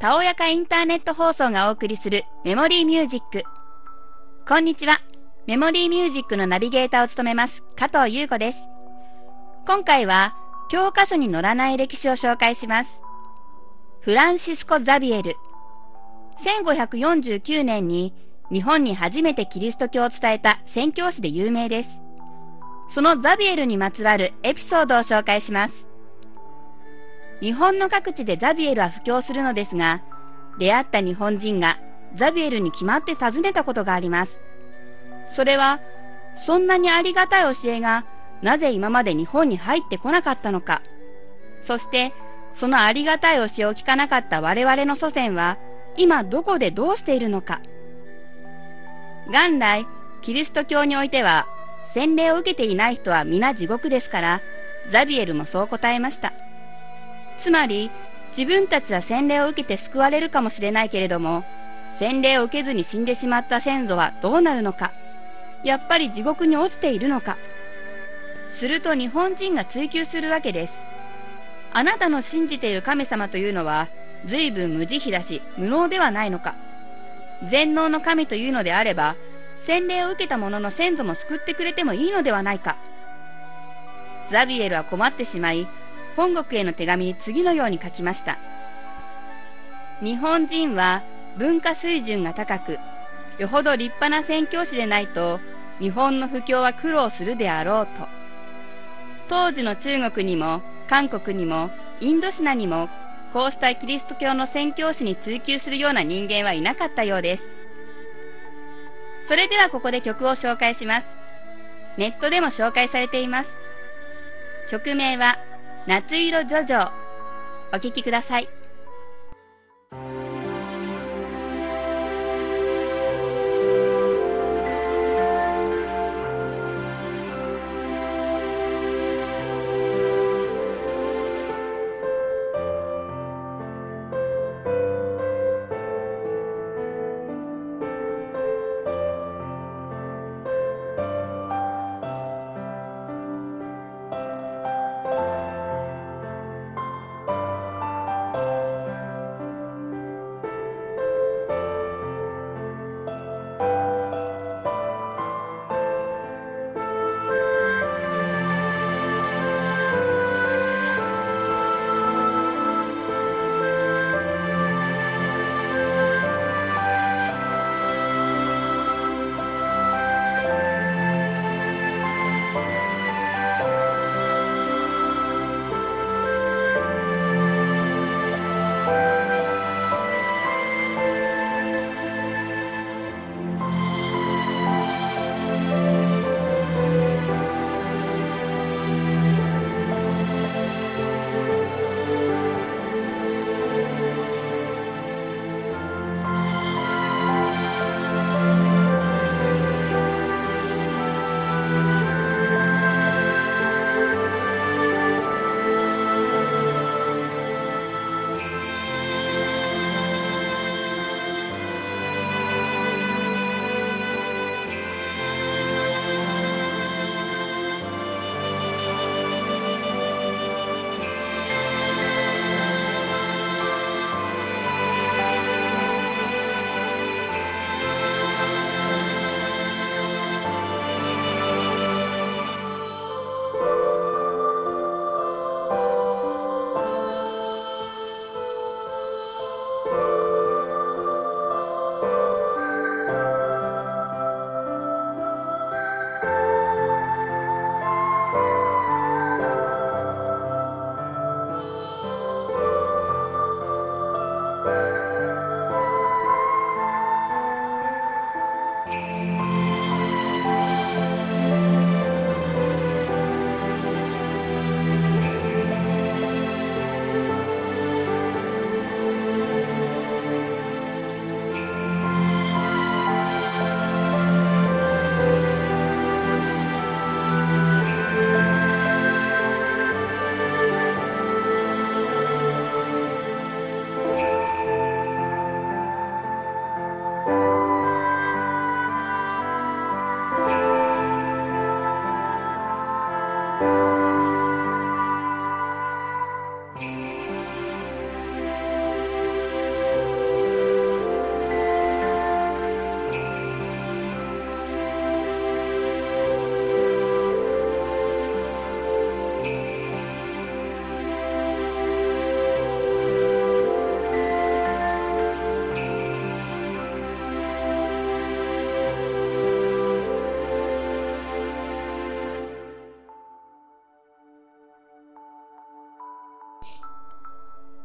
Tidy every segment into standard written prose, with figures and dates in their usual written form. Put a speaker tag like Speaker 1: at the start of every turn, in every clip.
Speaker 1: たおやかインターネット放送がお送りするメモリーミュージック。こんにちは。メモリーミュージックのナビゲーターを務めます加藤優子です。今回は教科書に載らない歴史を紹介します。フランシスコ・ザビエル。1549年に日本に初めてキリスト教を伝えた宣教師で有名です。そのザビエルにまつわるエピソードを紹介します。日本の各地でザビエルは布教するのですが、出会った日本人がザビエルに決まって尋ねたことがあります。それは、そんなにありがたい教えがなぜ今まで日本に入ってこなかったのか。そして、そのありがたい教えを聞かなかった我々の祖先は、今どこでどうしているのか。元来、キリスト教においては、洗礼を受けていない人は皆地獄ですから、ザビエルもそう答えました。つまり、自分たちは洗礼を受けて救われるかもしれないけれども、洗礼を受けずに死んでしまった先祖はどうなるのか。やっぱり地獄に落ちているのか。すると日本人が追求するわけです。あなたの信じている神様というのは、随分無慈悲だし、無能ではないのか。全能の神というのであれば、洗礼を受けた者の先祖も救ってくれてもいいのではないか。ザビエルは困ってしまい、本国への手紙に次のように書きました。日本人は文化水準が高く、よほど立派な宣教師でないと、日本の布教は苦労するであろうと。当時の中国にも、韓国にも、インドシナにも、こうしたキリスト教の宣教師に追求するような人間はいなかったようです。それではここで曲を紹介します。ネットでも紹介されています。曲名は、夏色ジョジョ。お聴きください。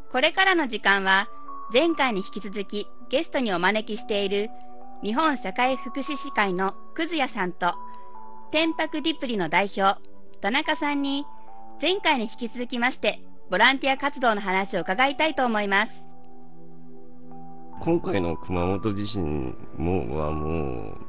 Speaker 1: これからの時間は前回に引き続きゲストにお招きしている日本社会福祉士会の葛谷さんと天白ディプリの代表田中さんに前回に引き続きましてボランティア活動の話を伺いたいと思います。
Speaker 2: 今回の熊本地震はもう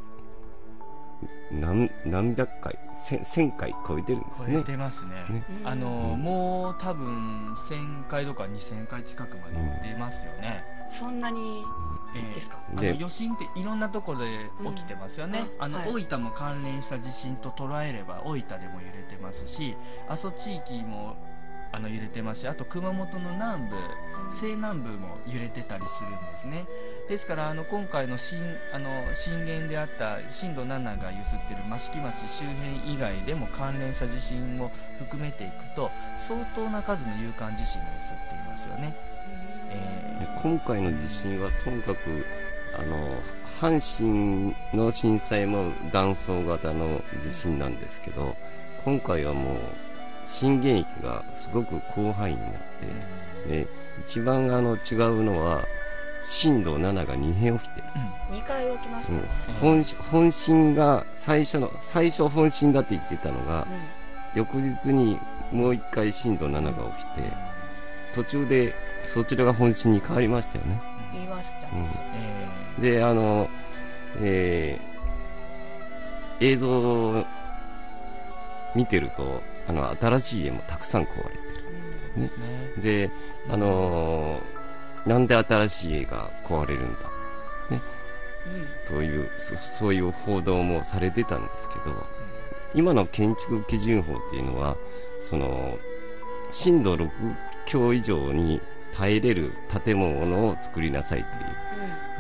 Speaker 2: 何百回、1000回超えてるんですね。
Speaker 3: 超えてますね。もう多分1000回とか2000回近くまで行ってますよね。
Speaker 1: そんなにですか？
Speaker 3: 余震っていろんなところで起きてますよね。大分も関連した地震と捉えれば大分でも揺れてますし、阿蘇地域も揺れてますし、あと熊本の南部、西南部も揺れてたりするんですね。ですから今回の震源であった震度7が揺すっている益城町周辺以外でも関連した地震を含めていくと相当な数の有感地震が揺すっていますよね。
Speaker 2: 今回の地震はとにかく阪神の震災も断層型の地震なんですけど、今回はもう震源域がすごく広範囲になって、で一番違うのは震度7が2回起きて、
Speaker 1: 2回起きましたね。
Speaker 2: 本震が最初本震だって言ってたのが、翌日にもう1回震度7が起きて、途中でそちらが本震に変わりましたよね。
Speaker 1: 言いました、
Speaker 2: で映像を見てると新しい家もたくさん壊れてる、でなんで新しい家が壊れるんだ、ねというそういう報道もされてたんですけど、今の建築基準法っていうのは震度6強以上に耐えれる建物を作りなさいという、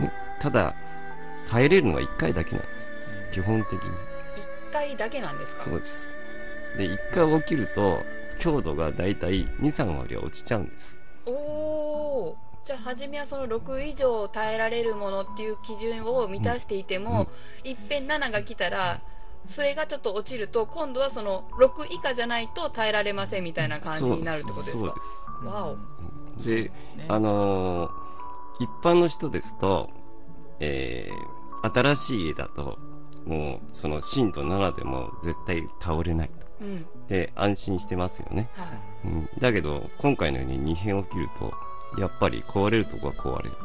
Speaker 2: ただ耐えれるのは1回だけなんです、基本的に1
Speaker 1: 回だけなんですか？
Speaker 2: そうです。で1回起きると強度がだいたい 2,3 割は落ちちゃうんです。
Speaker 1: じゃあ初めはその6以上耐えられるものっていう基準を満たしていても、いっぺん7が来たらそれがちょっと落ちると今度はその6以下じゃないと耐えられませんみたいな感じになるってことですか？
Speaker 2: そうです。
Speaker 1: わお。
Speaker 2: で、一般の人ですと、新しい家だともうその震度7でも絶対倒れないと、で安心してますよね、だけど今回のように2変起きるとやっぱり壊れるとこは壊れるんです。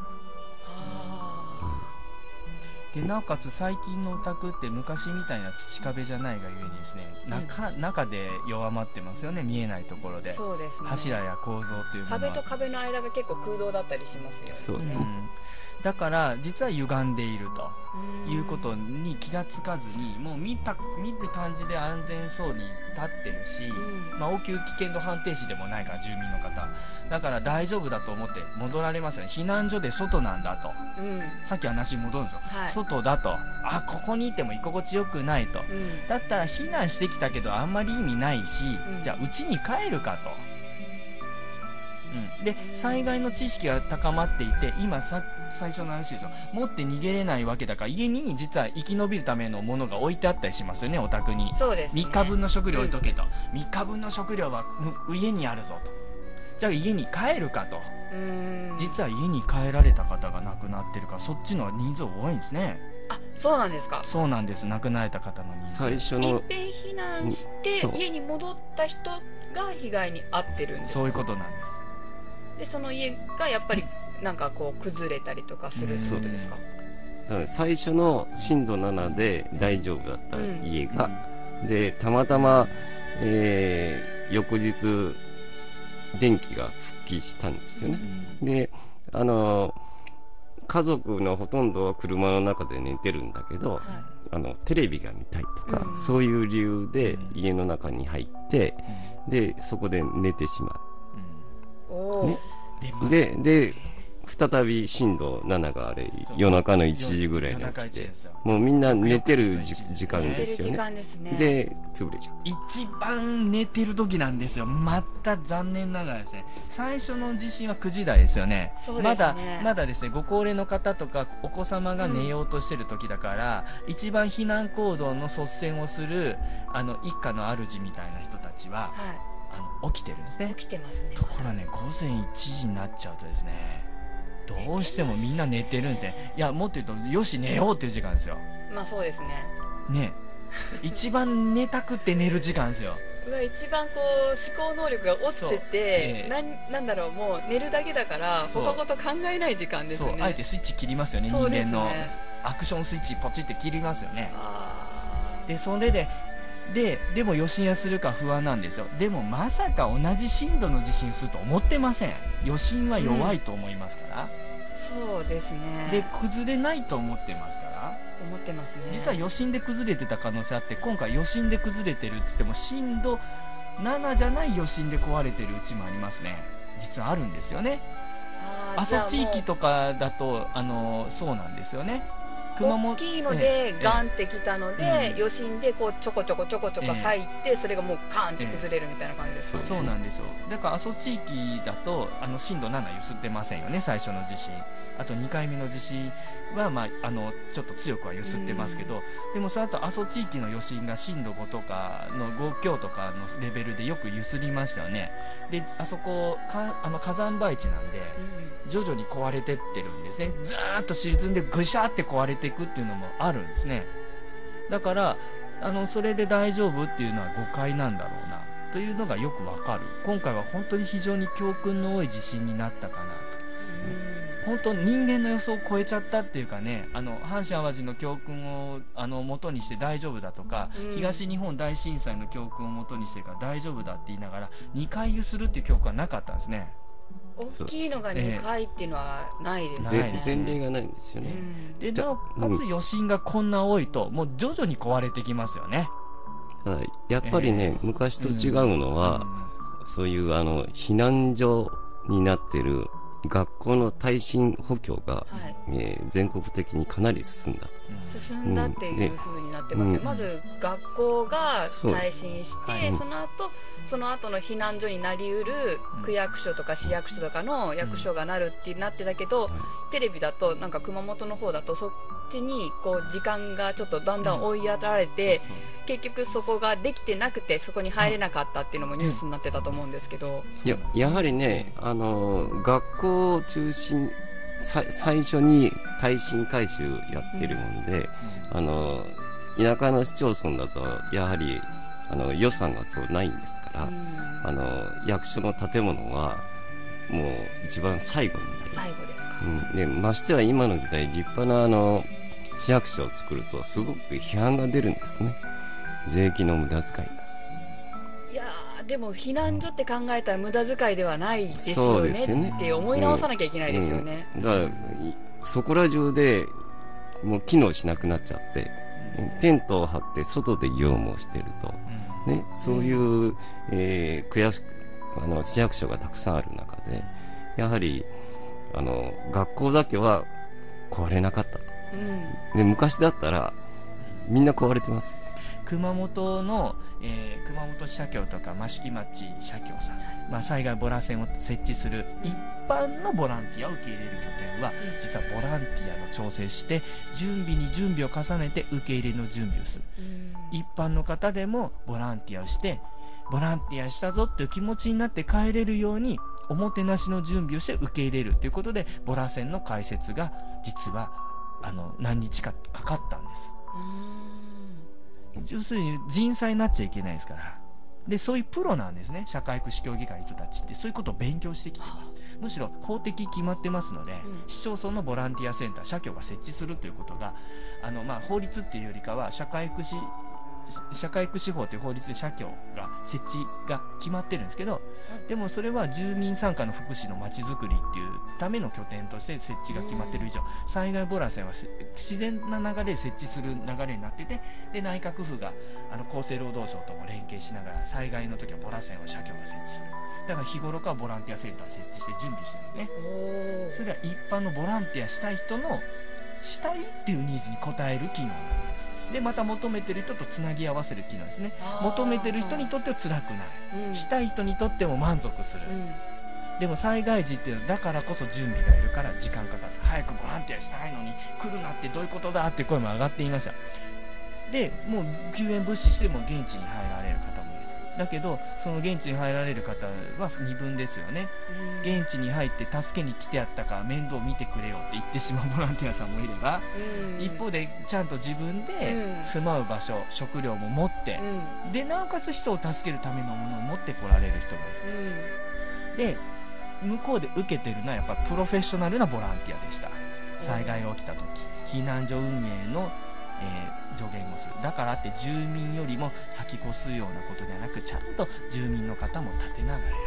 Speaker 3: でなおかつ最近のお宅って昔みたいな土壁じゃないがゆえにですね、中で弱まってますよね、見えないところで。
Speaker 1: そうですね、
Speaker 3: 柱や構造というものは
Speaker 1: 壁と壁の間が結構空洞だったりしますよね。
Speaker 2: そうね、
Speaker 3: だから実は歪んでいるということに気がつかずに、もう見る感じで安全そうに立ってるし、応急危険度判定士でもないから住民の方だから大丈夫だと思って戻られますよね。避難所で外なんだと、さっき話に戻るんですよ、外だと、ここにいても居心地よくないと、だったら避難してきたけどあんまり意味ないし、じゃあ家に帰るかと、で災害の知識が高まっていて、今最初の話ですよ、持って逃げれないわけだから家に実は生き延びるためのものが置いてあったりしますよね、お宅に。
Speaker 1: そうですね、
Speaker 3: 3日分の食料置いとけと、3日分の食料は家にあるぞと、じゃあ家に帰るかと、実は家に帰られた方が亡くなってるから、そっちの人数多いんですね。
Speaker 1: そうなんですか？
Speaker 3: そうなんです、亡くなられた方の人数。
Speaker 2: 最初の
Speaker 1: 一遍避難して家に戻った人が被害に遭ってるんです。
Speaker 3: そういうことなんです。
Speaker 1: でその家がやっぱりなんかこう崩れたりとかするってことですか？
Speaker 2: だから最初の震度7で大丈夫だった家が、でたまたま、翌日電気が復帰したんですよね、で家族のほとんどは車の中で寝てるんだけど、テレビが見たいとか、そういう理由で家の中に入って、でそこで寝てしまう、で再び震度7が夜中の1時ぐらいに起きて、もうみんな寝てる時間ですよね。で潰れちゃう。
Speaker 3: 一番寝てる時なんですよ。また残念ながらですね、最初の地震は9時台ですよね。まだですね、ご高齢の方とかお子様が寝ようとしてる時だから、一番避難行動の率先をする一家の主みたいな人たちは、 起きてるんですね。
Speaker 4: 起きてますね。
Speaker 3: ところがね、午前1時になっちゃうとですね、どうしてもみんな寝てるんですね。いや、もっと言うと、よし寝ようっていう時間ですよ。
Speaker 4: まあそうですね。
Speaker 3: ね、一番寝たくて寝る時間ですよ。
Speaker 4: 一番こう思考能力が落ちてて、なんだろう、もう寝るだけだから他事考えない時間ですね。
Speaker 3: そう、あえてスイッチ切りますよね。人間のアクションスイッチポチって切りますよね。でそれでも余震はするか不安なんですよ。でもまさか同じ震度の地震すると思ってません。余震は弱いと思いますから、
Speaker 4: そうですね。
Speaker 3: で崩れないと思ってますから。
Speaker 4: 思ってますね。
Speaker 3: 実は余震で崩れてた可能性あって、今回余震で崩れてるっつっても震度7じゃない余震で壊れてるうちもありますね。実はあるんですよね。阿蘇地域とかだとそうなんですよね。
Speaker 4: 大きいのでガンってきたので、余震でこうちょこちょこ入って、それがもうカーンって崩れるみたいな感じですよね。
Speaker 3: そうなんですよ。だから阿蘇地域だと震度7揺すってませんよね、最初の地震。あと2回目の地震は、ちょっと強くは揺すってますけど、でもその後阿蘇地域の余震が震度5とかの5強とかのレベルでよく揺すりましたよね。であそこ火山灰地なんで、徐々に壊れてってるんですね。ずーっと沈んでぐしゃって壊れていくっていうのもあるんですね。だからそれで大丈夫っていうのは誤解なんだろうなというのがよくわかる。今回は本当に非常に教訓の多い地震になったかなと。本当人間の予想を超えちゃったっていうかね、阪神・淡路の教訓を元にして大丈夫だとか、東日本大震災の教訓を元にしてから大丈夫だって言いながら2回揺するっていう教訓はなかったんですね。
Speaker 4: 大きいのが2回っていうのはないですね。
Speaker 2: 前例がないんですよね。
Speaker 3: でなおかつ余震がこんな多いと、もう徐々に壊れてきますよね。
Speaker 2: やっぱりね、昔と違うのは、そういう避難所になってる学校の耐震補強が、全国的にかなり進んだ
Speaker 4: っていう風になってます。まず学校が耐震して、その後の避難所になりうる区役所とか市役所とかの役所がなるってなってたけど、テレビだとなんか熊本の方だとそっちにこう時間がちょっとだんだん追いやられて、結局そこができてなくてそこに入れなかったっていうのもニュースになってたと思うんですけど、
Speaker 2: やはりね、学校を中心最初に耐震改修やってるもんで、田舎の市町村だとやはり予算がそうないんですから、役所の建物はもう一番最後になる。
Speaker 4: 最後ですか。
Speaker 2: でましては今の時代立派な市役所を作るとすごく批判が出るんですね。税金の無駄遣いが。
Speaker 4: いやでも避難所って考えたら無駄遣いではないですよねって思い直さなきゃいけないですよね。
Speaker 2: だからそこら中でもう機能しなくなっちゃって、テントを張って外で業務をしてると、ね、そういう、市役所がたくさんある中で、やはり学校だけは壊れなかったと、で昔だったらみんな壊れてます。
Speaker 3: 熊本の、熊本市社協とか益城町社協さん、災害ボラ線を設置する一般のボランティアを受け入れる拠点は、実はボランティアの調整して準備に準備を重ねて受け入れの準備をする。一般の方でもボランティアをしてボランティアしたぞっていう気持ちになって帰れるようにおもてなしの準備をして受け入れるということで、ボラ線の開設が実は何日かかかったんです。要するに人災になっちゃいけないですから。でそういうプロなんですね、社会福祉協議会の人たちって。そういうことを勉強してきています。むしろ法的決まってますので、市町村のボランティアセンター、社協が設置するということが法律っていうよりかは社会福祉法という法律で社協が設置が決まってるんですけど、でもそれは住民参加の福祉のまちづくりっていうための拠点として設置が決まってる以上、災害ボラ線は自然な流れで設置する流れになってて、で内閣府が厚生労働省とも連携しながら災害の時はボラ線は社協が設置する。だから日頃からボランティアセンターを設置して準備してるんですね。それは一般のボランティアしたい人のしたいっていうニーズに応える機能なんです。でまた求めてる人とつなぎ合わせる機能ですね。求めてる人にとっては辛くない、したい人にとっても満足する、でも災害時っていうのはだからこそ準備がいるから時間かかる。早くボランティアしたいのに来るなってどういうことだって声も上がっていました。でもう救援物資しても現地に入られる方もいる。 だけどその現地に入られる方は二分ですよね。現地に入って助けに来てやったから面倒見てくれよって言ってしまうボランティアさんもいれば、一方でちゃんと自分で住まう場所、食料も持って、でなおかつ人を助けるためのものを持ってこられる人がいる、で向こうで受けてるのはやっぱプロフェッショナルなボランティアでした。災害が起きた時、避難所運営の助言をする。だからって住民よりも先越すようなことではなく、ちゃんと住民の方も立てながらやられる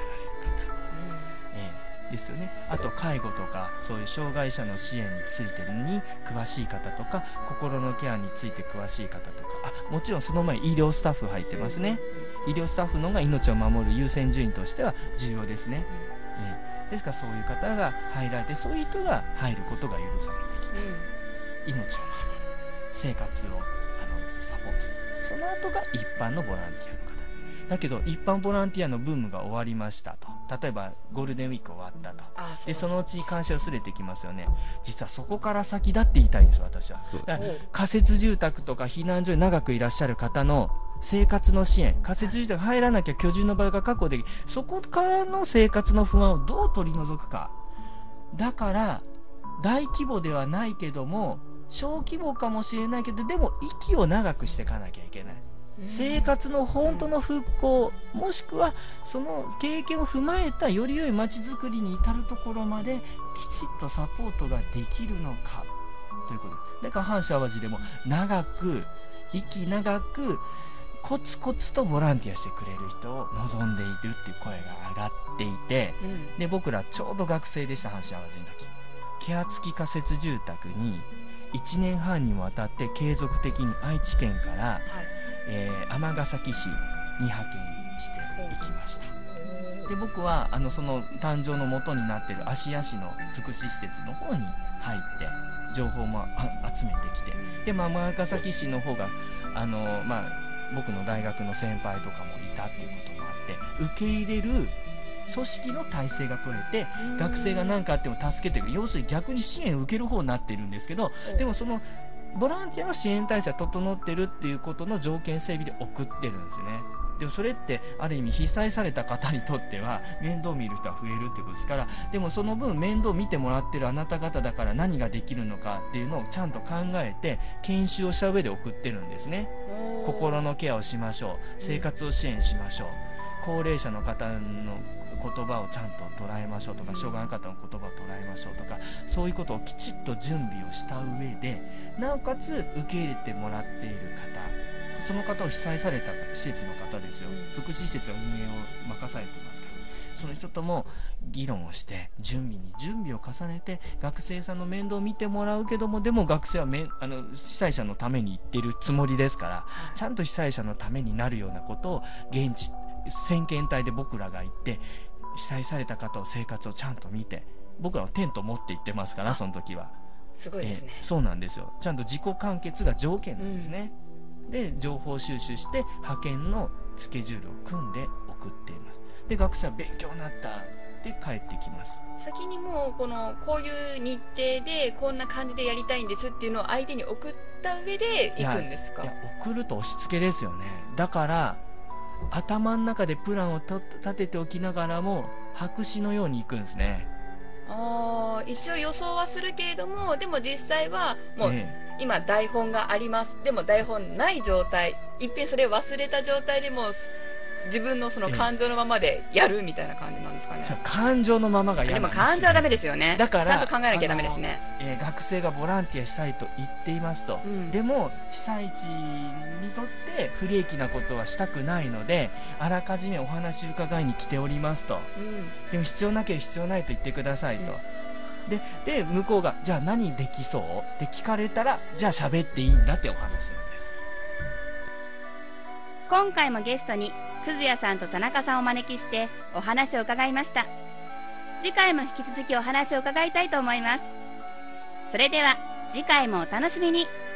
Speaker 3: 方、ですよね。あと介護とかそういう障害者の支援についてに詳しい方とか、心のケアについて詳しい方とか、もちろんその前医療スタッフ入ってますね。医療スタッフの方が命を守る優先順位としては重要ですね。ですからそういう方が入られて、そういう人が入ることが許されてきた、命を守る、生活をサポートする。その後が一般のボランティアの方だけど、一般ボランティアのブームが終わりましたと。例えばゴールデンウィーク終わったと。でそのうち監視が薄れてきますよね。実はそこから先だって言いたいんです私は。だから仮設住宅とか避難所に長くいらっしゃる方の生活の支援、仮設住宅入らなきゃ居住の場が確保できる、そこからの生活の不安をどう取り除くか。だから大規模ではないけども小規模かもしれないけど、でも息を長くしていかなきゃいけない。生活の本当の復興、もしくはその経験を踏まえたより良い街づくりに至るところまできちっとサポートができるのかということだから、阪神・淡路でも長く息長くコツコツとボランティアしてくれる人を望んでいるっていう声が上がっていて、で僕らちょうど学生でした。阪神・淡路の時、ケア付き仮設住宅に1年半にもわたって継続的に愛知県から、尼崎市に派遣していきました。で僕はその誕生の元になっている芦屋市の福祉施設の方に入って情報も集めてきて、で尼崎市の方が僕の大学の先輩とかもいたっていうこともあって、受け入れる組織の体制が取れて、学生が何かあっても助けてくれる、要するに逆に支援を受ける方になってるんですけど、でもそのボランティアの支援体制が整ってるっていうことの条件整備で送ってるんですよね。でもそれってある意味被災された方にとっては面倒見る人は増えるってことですから、でもその分面倒見てもらってるあなた方だから何ができるのかっていうのをちゃんと考えて研修をした上で送ってるんですね。心のケアをしましょう、生活を支援しましょう、高齢者の方の言葉をちゃんと捉えましょうとか、障害の方の言葉を捉えましょうとか、そういうことをきちっと準備をした上で、なおかつ受け入れてもらっている方、その方を被災された施設の方ですよ。福祉施設は運営を任されていますから、その人とも議論をして準備を重ねて、学生さんの面倒を見てもらうけども、でも学生は被災者のために言ってるつもりですから、ちゃんと被災者のためになるようなことを現地先遣隊で僕らが行って、被災された方の生活をちゃんと見て、僕らはテント持って行ってますから、その時は
Speaker 4: すごいですね。
Speaker 3: そうなんですよ。ちゃんと自己完結が条件なんですね。で情報収集して派遣のスケジュールを組んで送っています。で学生は勉強になったって帰ってきます。
Speaker 4: 先にもうこういう日程でこんな感じでやりたいんですっていうのを相手に送った上で行くんですか？
Speaker 3: いや送ると押し付けですよね。だから頭の中でプランを立てておきながらも白紙のように行くんですね。
Speaker 4: 一応予想はするけれども、でも実際はもう、今台本があります、でも台本ない状態、いっぺんそれ忘れた状態でも自分のその感情のままでやるみたいな感じなんですかね。
Speaker 3: 感情のままが嫌なんですよ。
Speaker 4: でも感情はダメですよね。
Speaker 3: だから
Speaker 4: ちゃんと考えなきゃダメですね。
Speaker 3: 学生がボランティアしたいと言っていますと、でも被災地にとって不利益なことはしたくないので、あらかじめお話伺いに来ておりますと、でも必要なければ必要ないと言ってくださいと、で向こうがじゃあ何できそうって聞かれたら、じゃあ喋っていいんだってお話するんです。
Speaker 1: 今回もゲストに葛谷さんと田中さんをお招きしてお話を伺いました。次回も引き続きお話を伺いたいと思います。それでは次回もお楽しみに。